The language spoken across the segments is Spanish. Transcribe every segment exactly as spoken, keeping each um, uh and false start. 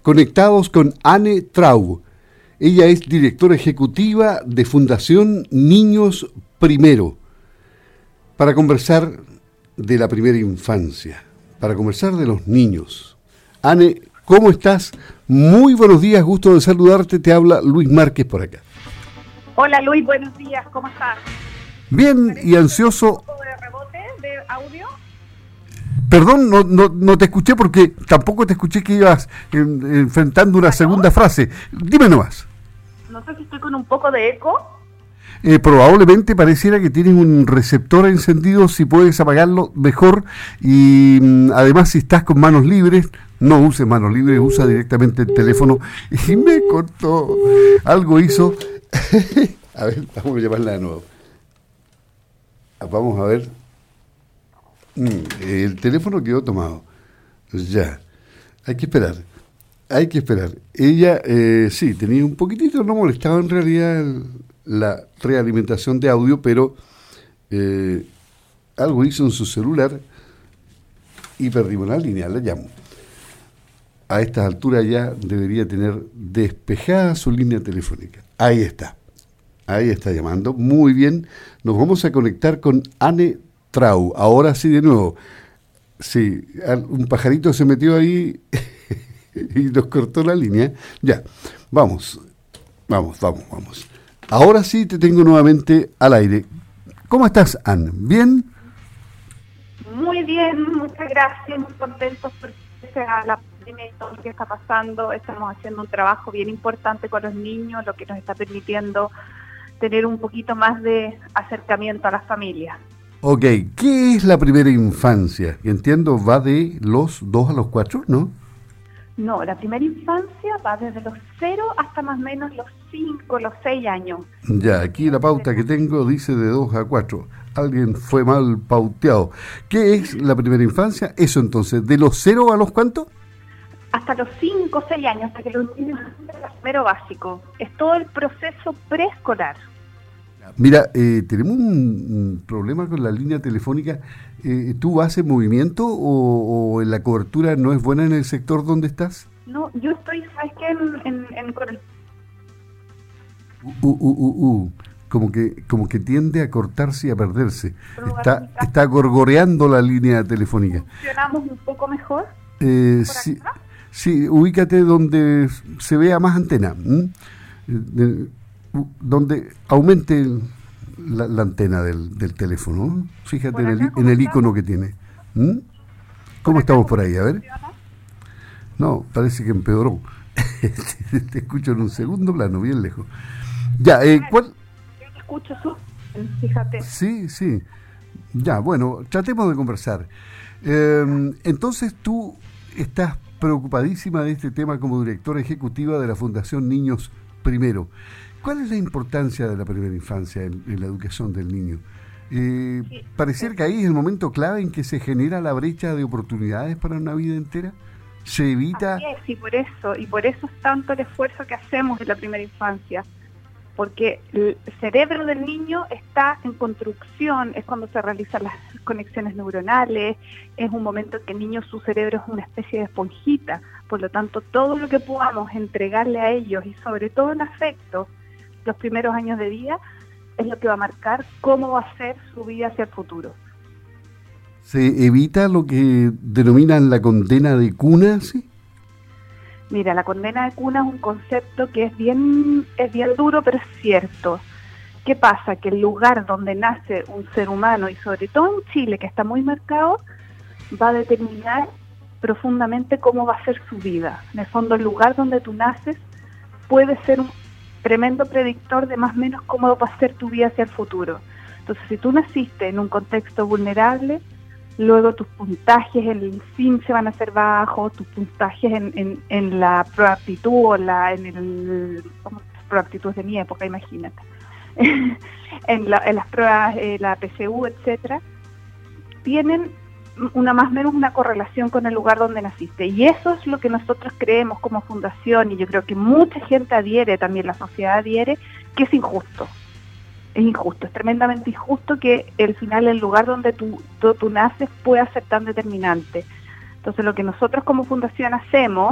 conectados con Anne Traub. Ella es directora ejecutiva de Fundación Niños Primero, para conversar de la primera infancia, para conversar de los niños. Anne, ¿cómo estás? Muy buenos días, gusto de saludarte, te habla Luis Márquez por acá. Hola Luis, buenos días, ¿cómo estás? Bien y ansioso. ¿Un poco de rebote de audio? Perdón, no, no, no te escuché porque tampoco te escuché que ibas en, enfrentando una segunda frase. Dime nomás. No sé si estoy con un poco de eco. Eh, probablemente pareciera que tienes un receptor encendido, si puedes apagarlo mejor, y mm, además si estás con manos libres, no uses manos libres, usa directamente el teléfono. Y me cortó, algo hizo. A ver, vamos a llamarla de nuevo. Vamos a ver. Mm, el teléfono quedó tomado. Ya, hay que esperar. Hay que esperar. Ella, eh, sí, tenía un poquitito, no molestaba en realidad el, la realimentación de audio, pero eh, algo hizo en su celular y perdimos la línea, la llamo. A estas alturas ya debería tener despejada su línea telefónica. Ahí está. Ahí está llamando. Muy bien. Nos vamos a conectar con Anne Traub. Ahora sí, de nuevo. Sí, un pajarito se metió ahí y nos cortó la línea. Ya, vamos. Vamos, vamos, vamos. Ahora sí te tengo nuevamente al aire. ¿Cómo estás, Anne? ¿Bien? Muy bien, muchas gracias. Muy contentos porque a la pandemia y todo lo que está pasando, estamos haciendo un trabajo bien importante con los niños, lo que nos está permitiendo tener un poquito más de acercamiento a las familias. Ok, ¿qué es la primera infancia? Entiendo, va de los dos a los cuatro, ¿no? No, la primera infancia va desde los cero hasta más o menos los cinco, los seis años. Ya, aquí la pauta que tengo dice de dos a cuatro. Alguien fue mal pauteado. ¿Qué es la primera infancia? Eso entonces, ¿de los cero a los cuánto? Hasta los cinco o seis años, hasta que los niños hacen el primero básico. Es todo el proceso preescolar. Mira, eh, tenemos un, un problema con la línea telefónica. Eh, ¿Tú vas en movimiento o, o la cobertura no es buena en el sector donde estás? No, yo estoy, ¿sabes qué? En, en, en con el... Uh, uh, uh, uh, como que como que tiende a cortarse y a perderse. Está, está gorgoreando la línea telefónica. ¿Funcionamos un poco mejor? Eh, sí, sí, ubícate donde se vea más antena. ¿m? De, donde aumente el, la, la antena del, del teléfono. Fíjate en el, en el icono que tiene. ¿Mm? ¿Cómo estamos por ahí? A ver. No, parece que empeoró. Te escucho en un segundo plano, bien lejos. Ya, eh, ¿cuál? Yo te escucho súper, fíjate. Sí, sí. Ya, bueno, tratemos de conversar. Eh, entonces tú estás preocupadísima de este tema como directora ejecutiva de la Fundación Niños Primero. ¿Cuál es la importancia de la primera infancia en, en la educación del niño? Eh, sí, ¿Parecer sí. que ahí es el momento clave en que se genera la brecha de oportunidades para una vida entera? ¿Se evita...? Así es, y por eso, y por eso es tanto el esfuerzo que hacemos en la primera infancia, porque el cerebro del niño está en construcción, es cuando se realizan las conexiones neuronales, es un momento en que el niño, su cerebro es una especie de esponjita, por lo tanto todo lo que podamos entregarle a ellos, y sobre todo en afecto, los primeros años de vida, es lo que va a marcar cómo va a ser su vida hacia el futuro. ¿Se evita lo que denominan la condena de cuna, sí? Mira, la condena de cuna es un concepto que es bien, es bien duro, pero es cierto. ¿Qué pasa? Que el lugar donde nace un ser humano, y sobre todo en Chile, que está muy marcado, va a determinar profundamente cómo va a ser su vida. En el fondo, el lugar donde tú naces puede ser un tremendo predictor de más o menos cómo va a ser tu vida hacia el futuro. Entonces, si tú naciste en un contexto vulnerable, luego tus puntajes en el I N S se van a ser bajos, tus puntajes en, en, en la proaptitud o la, en el... ¿cómo? Proaptitud de mi época, imagínate. en, la, en las pruebas, eh, la P S U, etcétera, tienen una más o menos una correlación con el lugar donde naciste. Y eso es lo que nosotros creemos como fundación, y yo creo que mucha gente adhiere, también la sociedad adhiere, que es injusto. Es injusto, es tremendamente injusto que al final el lugar donde tú, tú, tú naces pueda ser tan determinante. Entonces lo que nosotros como fundación hacemos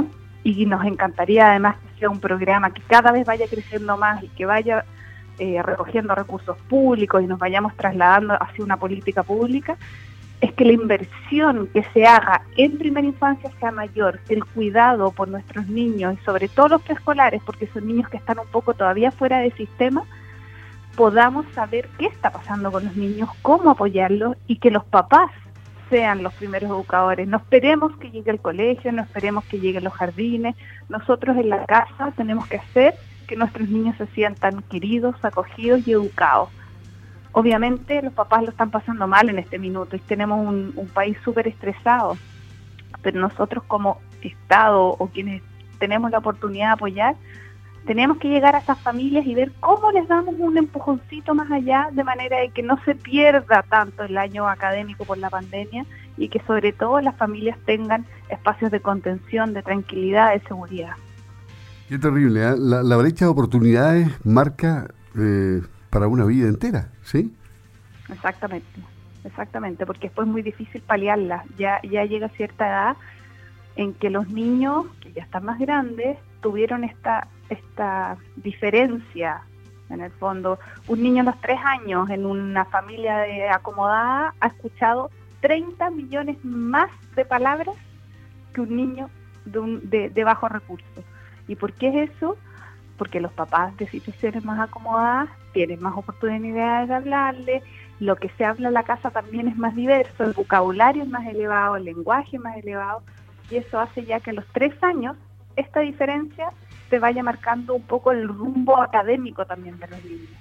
y nos encantaría además que sea un programa que cada vez vaya creciendo más y que vaya eh, recogiendo recursos públicos y nos vayamos trasladando hacia una política pública, es que la inversión que se haga en primera infancia sea mayor, que el cuidado por nuestros niños y sobre todo los preescolares, porque son niños que están un poco todavía fuera del sistema, podamos saber qué está pasando con los niños, cómo apoyarlos y que los papás sean los primeros educadores. No esperemos que llegue el colegio, no esperemos que lleguen los jardines. Nosotros en la casa tenemos que hacer que nuestros niños se sientan queridos, acogidos y educados. Obviamente los papás lo están pasando mal en este minuto y tenemos un, un país súper estresado, pero nosotros como Estado o quienes tenemos la oportunidad de apoyar, tenemos que llegar a estas familias y ver cómo les damos un empujoncito más allá, de manera de que no se pierda tanto el año académico por la pandemia y que sobre todo las familias tengan espacios de contención, de tranquilidad, de seguridad. Qué terrible, ¿eh? la, la brecha de oportunidades marca eh, para una vida entera, ¿sí? Exactamente, exactamente, porque después es muy difícil paliarla. Ya, ya llega cierta edad en que los niños, que ya están más grandes, tuvieron esta esta diferencia, en el fondo. Un niño a los tres años en una familia de acomodada ha escuchado treinta millones más de palabras que un niño de, un, de, de bajos recursos. ¿Y por qué es eso? Porque los papás de situaciones más acomodadas tienen más oportunidades de hablarle, lo que se habla en la casa también es más diverso, el vocabulario es más elevado, el lenguaje es más elevado, y eso hace ya que a los tres años esta diferencia se vaya marcando un poco el rumbo académico también de los niños.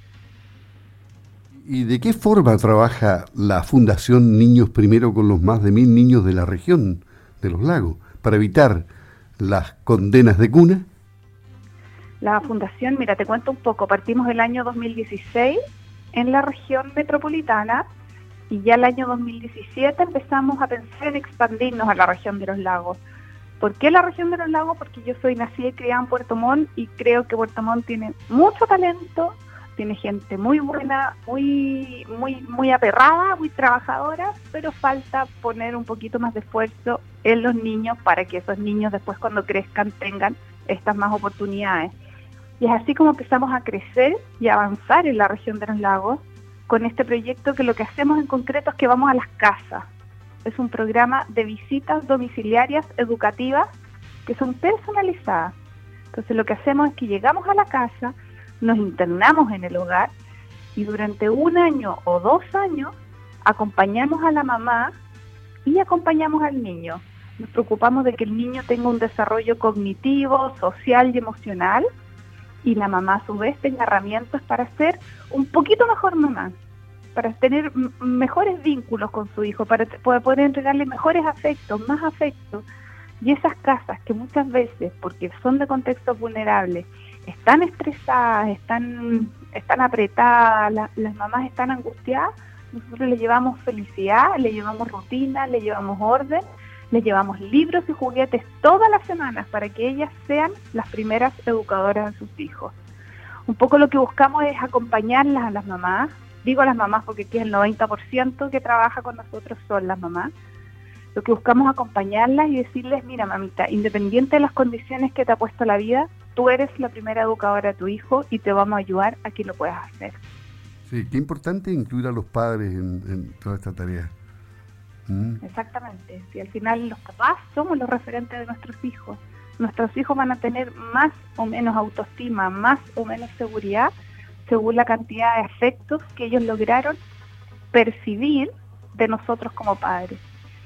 ¿Y de qué forma trabaja la Fundación Niños Primero con los más de mil niños de la región de Los Lagos para evitar las condenas de cuna? La fundación, mira, te cuento un poco, partimos el año dos mil dieciséis en la región metropolitana y ya el año dos mil diecisiete empezamos a pensar en expandirnos a la región de Los Lagos. ¿Por qué la región de Los Lagos? Porque yo soy nacida y criada en Puerto Montt y creo que Puerto Montt tiene mucho talento, tiene gente muy buena, muy muy muy aperrada, muy trabajadora, pero falta poner un poquito más de esfuerzo en los niños para que esos niños después cuando crezcan tengan estas más oportunidades. Y es así como empezamos a crecer y a avanzar en la región de Los Lagos con este proyecto, que lo que hacemos en concreto es que vamos a las casas. Es un programa de visitas domiciliarias educativas que son personalizadas. Entonces lo que hacemos es que llegamos a la casa, nos internamos en el hogar y durante un año o dos años acompañamos a la mamá y acompañamos al niño. Nos preocupamos de que el niño tenga un desarrollo cognitivo, social y emocional, y la mamá a su vez tenga herramientas para ser un poquito mejor mamá, para tener m- mejores vínculos con su hijo, para t- poder entregarle mejores afectos, más afectos. Y esas casas que muchas veces, porque son de contextos vulnerables, están estresadas, están, están apretadas, la, las mamás están angustiadas, nosotros le llevamos felicidad, le llevamos rutina, le llevamos orden, le llevamos libros y juguetes todas las semanas para que ellas sean las primeras educadoras de sus hijos. Un poco lo que buscamos es acompañarlas a las mamás, digo a las mamás porque aquí el noventa por ciento que trabaja con nosotros son las mamás. Lo que buscamos es acompañarlas y decirles, mira mamita, independiente de las condiciones que te ha puesto la vida, tú eres la primera educadora de tu hijo y te vamos a ayudar a que lo puedas hacer. Sí, qué importante incluir a los padres en, en toda esta tarea. ¿Mm? Exactamente, si al final los papás somos los referentes de nuestros hijos, nuestros hijos van a tener más o menos autoestima, más o menos seguridad, según la cantidad de afectos que ellos lograron percibir de nosotros como padres.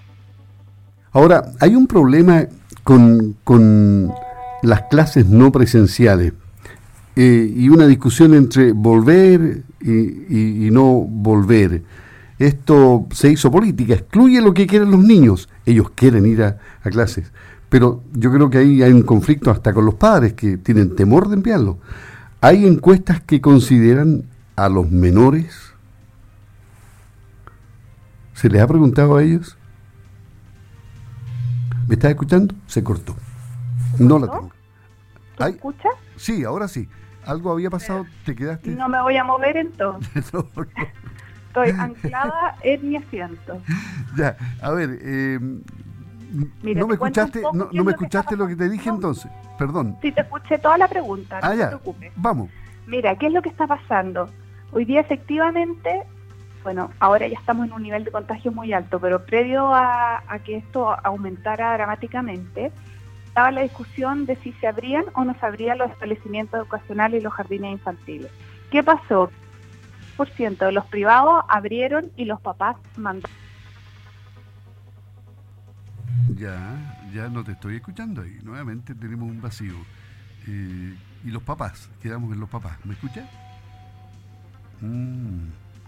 Ahora, hay un problema con, con las clases no presenciales eh, y una discusión entre volver y, y, y no volver. Esto se hizo política, excluye lo que quieren los niños. Ellos quieren ir a, a clases, pero yo creo que ahí hay un conflicto hasta con los padres que tienen temor de enviarlos. Hay encuestas que consideran a los menores. ¿Se les ha preguntado a ellos? ¿Me estás escuchando? Se cortó. No la tengo. ¿Tú Ay, escuchas? sí, ahora sí. Algo había pasado, te quedaste. No me voy a mover entonces. No, no. Estoy anclada en mi asiento. Ya, a ver, eh, Mira, no me te cuento un escuchaste, poco no, qué no es me lo que está escuchaste lo que te dije pasando. entonces, perdón. Sí, te escuché toda la pregunta, no Ah, te ya, preocupes. vamos. Mira, ¿qué es lo que está pasando? Hoy día efectivamente, bueno, ahora ya estamos en un nivel de contagio muy alto, pero previo a, a que esto aumentara dramáticamente, estaba la discusión de si se abrían o no se abrían los establecimientos educacionales y los jardines infantiles. ¿Qué pasó? Por ciento de los privados abrieron y los papás mandaron. Ya, ya no te estoy escuchando ahí. Nuevamente tenemos un vacío. Eh, y los papás, quedamos en los papás. ¿Me escuchas? Mm.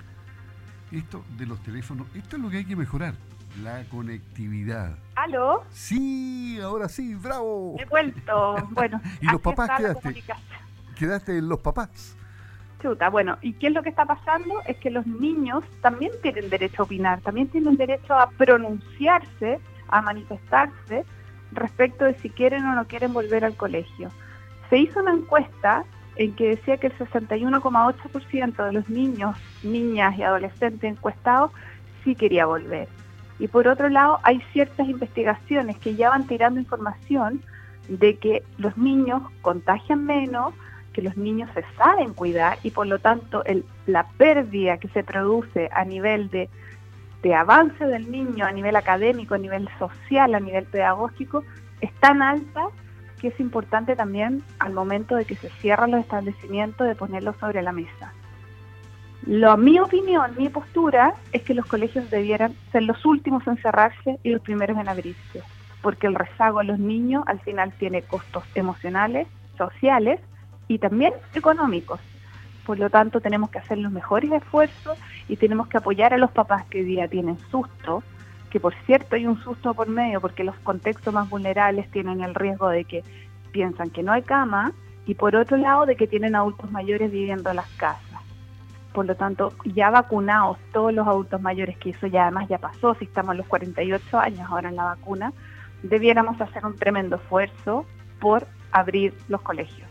Esto de los teléfonos, esto es lo que hay que mejorar. La conectividad. ¿Aló? Sí, ahora sí, bravo. He vuelto. Bueno, y los así papás está la quedaste. comunicación. Quedaste en los papás. Chuta, bueno, ¿y qué es lo que está pasando? Es que los niños también tienen derecho a opinar, también tienen derecho a pronunciarse, a manifestarse respecto de si quieren o no quieren volver al colegio. Se hizo una encuesta en que decía que el sesenta y uno coma ocho por ciento de los niños, niñas y adolescentes encuestados sí quería volver. Y por otro lado, hay ciertas investigaciones que ya van tirando información de que los niños contagian menos, que los niños se saben cuidar y por lo tanto el, la pérdida que se produce a nivel de, de avance del niño, a nivel académico, a nivel social, a nivel pedagógico, es tan alta que es importante también al momento de que se cierran los establecimientos de ponerlo sobre la mesa. Lo, mi opinión, mi postura es que los colegios debieran ser los últimos en cerrarse y los primeros en abrirse, porque el rezago a los niños al final tiene costos emocionales, sociales y también económicos. Por lo tanto, tenemos que hacer los mejores esfuerzos y tenemos que apoyar a los papás que hoy día tienen susto, que por cierto hay un susto por medio porque los contextos más vulnerables tienen el riesgo de que piensan que no hay cama y por otro lado de que tienen adultos mayores viviendo en las casas. Por lo tanto, ya vacunados todos los adultos mayores, que eso ya además ya pasó, si estamos a los cuarenta y ocho años ahora en la vacuna, debiéramos hacer un tremendo esfuerzo por abrir los colegios.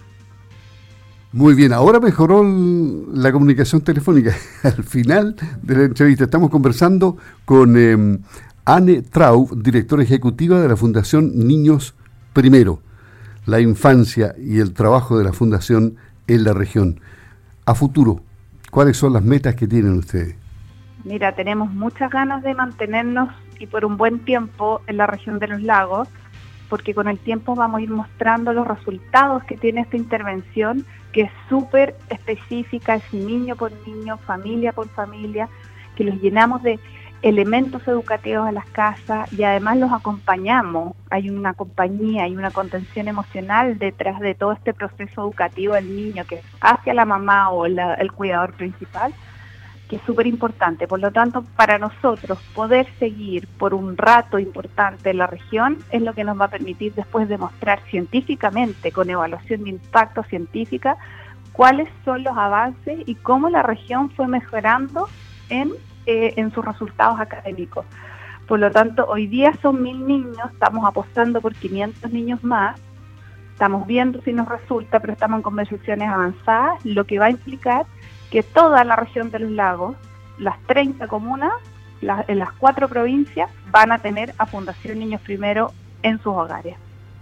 Muy bien, ahora mejoró el, la comunicación telefónica. Al final de la entrevista estamos conversando con eh, Anne Traub, directora ejecutiva de la Fundación Niños Primero, la infancia y el trabajo de la Fundación en la región. A futuro, ¿cuáles son las metas que tienen ustedes? Mira, tenemos muchas ganas de mantenernos y por un buen tiempo en la región de los lagos, porque con el tiempo vamos a ir mostrando los resultados que tiene esta intervención, que es súper específica, es niño por niño, familia por familia, que los llenamos de elementos educativos a las casas y además los acompañamos. Hay una compañía, hay una contención emocional detrás de todo este proceso educativo del niño, que es hacia la mamá o la, el cuidador principal, que es súper importante. Por lo tanto, para nosotros poder seguir por un rato importante en la región es lo que nos va a permitir después demostrar científicamente, con evaluación de impacto científica, cuáles son los avances y cómo la región fue mejorando en, eh, en sus resultados académicos. Por lo tanto, hoy día son mil niños, estamos apostando por quinientos niños más, estamos viendo si nos resulta, pero estamos en conversaciones avanzadas, lo que va a implicar que toda la región de los lagos, las treinta comunas, la, en las cuatro provincias, van a tener a Fundación Niños Primero en sus hogares.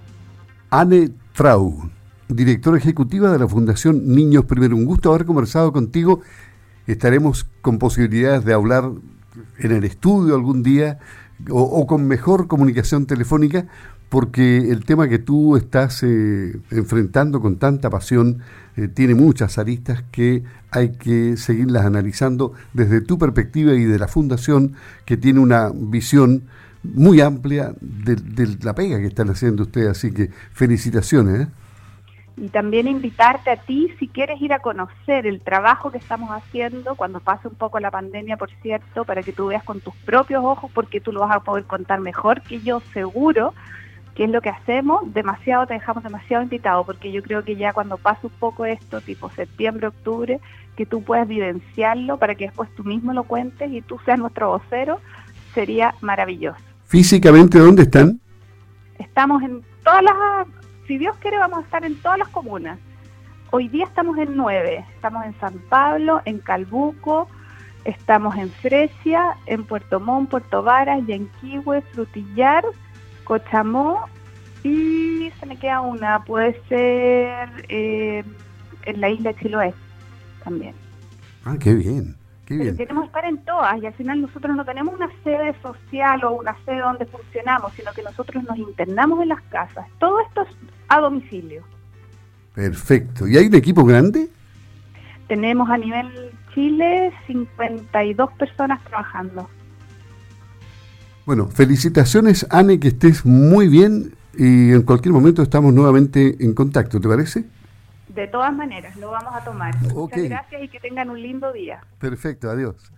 Anne Traub, directora ejecutiva de la Fundación Niños Primero. Un gusto haber conversado contigo. Estaremos con posibilidades de hablar en el estudio algún día o, o con mejor comunicación telefónica, porque el tema que tú estás eh, enfrentando con tanta pasión eh, tiene muchas aristas que hay que seguirlas analizando desde tu perspectiva y de la Fundación, que tiene una visión muy amplia de, de la pega que están haciendo ustedes, así que felicitaciones, ¿eh? Y también invitarte a ti, si quieres ir a conocer el trabajo que estamos haciendo, cuando pase un poco la pandemia, por cierto, para que tú veas con tus propios ojos, porque tú lo vas a poder contar mejor que yo, seguro, qué es lo que hacemos. Demasiado, te dejamos demasiado invitado, porque yo creo que ya cuando pase un poco esto, tipo septiembre, octubre, que tú puedas vivenciarlo para que después tú mismo lo cuentes y tú seas nuestro vocero, sería maravilloso. ¿Físicamente dónde están? Estamos en todas las... Si Dios quiere, vamos a estar en todas las comunas. Hoy día estamos en nueve. Estamos en San Pablo, en Calbuco, estamos en Fresia, en Puerto Montt, Puerto Varas, Yanquihue, Frutillar, Cochamó y se me queda una, puede ser eh, en la isla de Chiloé también. Ah, qué bien, qué Pero bien. queremos estar en todas y al final nosotros no tenemos una sede social o una sede donde funcionamos, sino que nosotros nos internamos en las casas. Todo esto es a domicilio. Perfecto. ¿Y hay un equipo grande? Tenemos a nivel Chile cincuenta y dos personas trabajando. Bueno, felicitaciones, Anne, que estés muy bien y en cualquier momento estamos nuevamente en contacto, ¿te parece? De todas maneras, lo vamos a tomar. Ok. Muchas gracias y que tengan un lindo día. Perfecto, adiós.